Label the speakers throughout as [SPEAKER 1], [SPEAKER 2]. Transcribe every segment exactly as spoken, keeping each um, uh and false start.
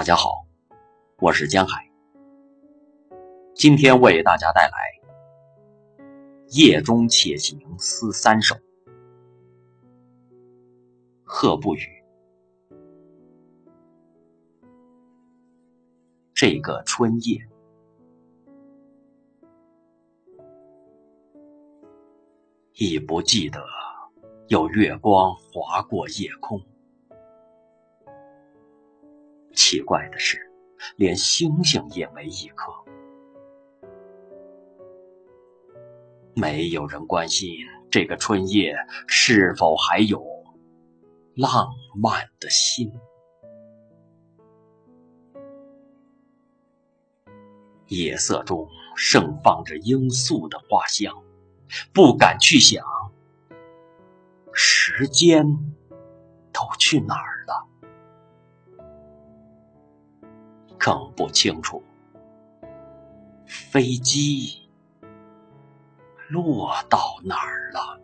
[SPEAKER 1] 大家好，我是江海，今天为大家带来夜中且行思三首。贺不语。这个春夜，已不记得有月光划过夜空。奇怪的是，连星星也没一颗。没有人关心这个春夜是否还有浪漫的心。夜色中盛放着罂粟的花香，不敢去想时间都去哪儿了，更不清楚飞机落到哪儿了。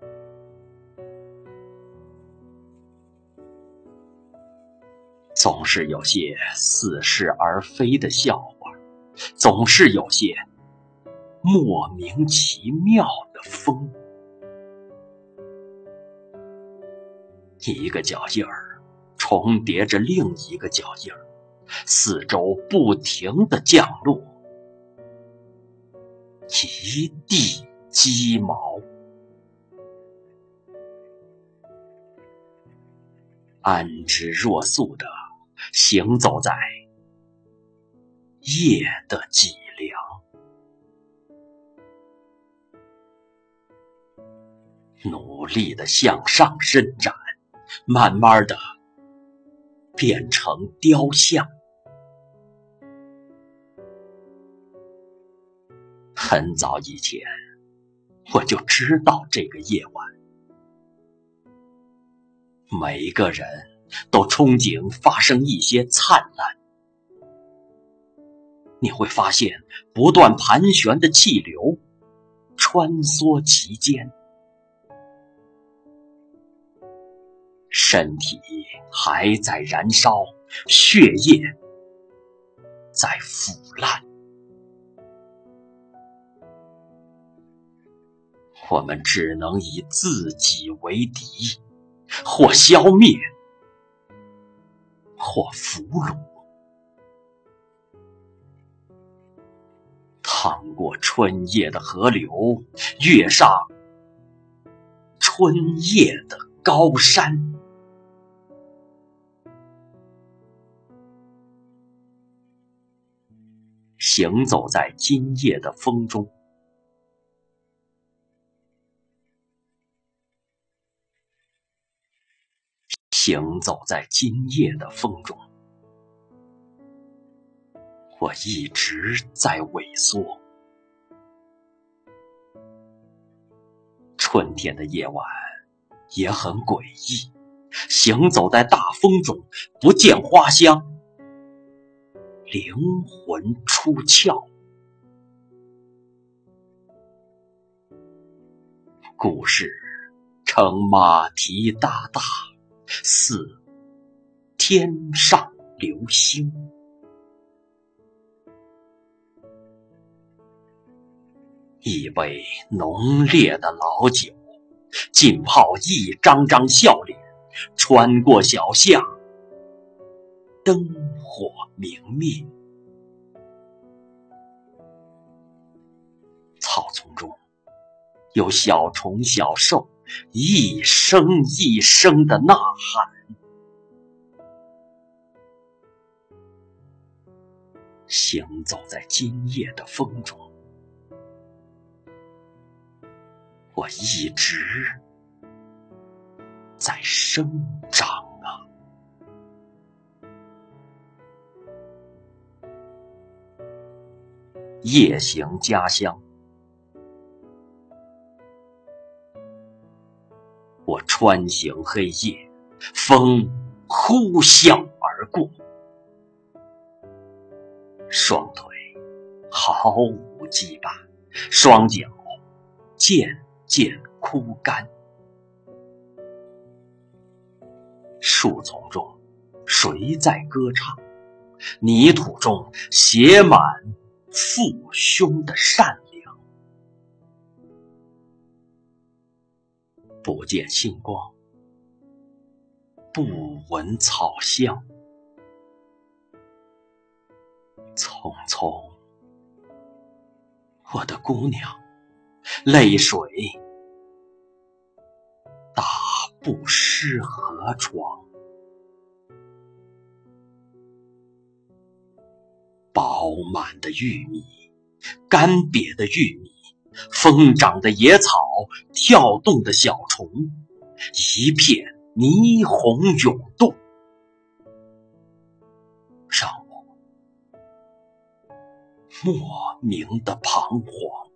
[SPEAKER 1] 总是有些似是而非的笑话，总是有些莫名其妙的风。一个脚印儿重叠着另一个脚印儿，四周不停地降落，一地鸡毛。安之若素地行走在夜的脊梁，努力地向上伸展，慢慢地变成雕像。很早以前，我就知道这个夜晚，每个人都憧憬发生一些灿烂。你会发现不断盘旋的气流穿梭其间，身体还在燃烧，血液在腐烂。我们只能以自己为敌，或消灭，或俘虏。趟过春夜的河流，跃上春夜的高山。行走在今夜的风中，行走在今夜的风中，我一直在萎缩。春天的夜晚也很诡异，行走在大风中，不见花香，灵魂出窍。故事乘马蹄哒哒，似天上流星。一杯浓烈的老酒，浸泡一张张笑脸，穿过小巷，灯火明灭。草丛中有小虫小兽一声一声的呐喊。行走在今夜的风中，我一直在生长啊。夜行家乡，我穿行黑夜，风呼啸而过，双腿毫无羁绊，双脚渐渐枯干。树丛中谁在歌唱？ 泥土中写满父兄的善良。不见星光，不闻草香，匆匆，我的姑娘，泪水打不湿河床。饱满的玉米，干瘪的玉米，疯长的野草，跳动的小虫，一片霓虹涌动，让我莫名的彷徨。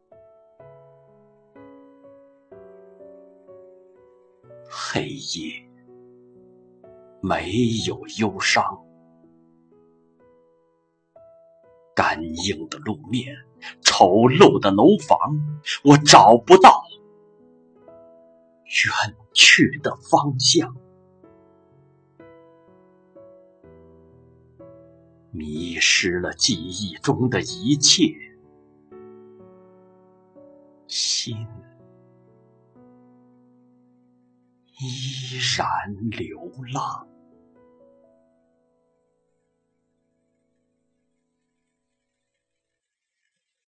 [SPEAKER 1] 黑夜没有忧伤，干硬的路面，丑陋的楼房，我找不到远去的方向。迷失了记忆中的一切，心依然流浪。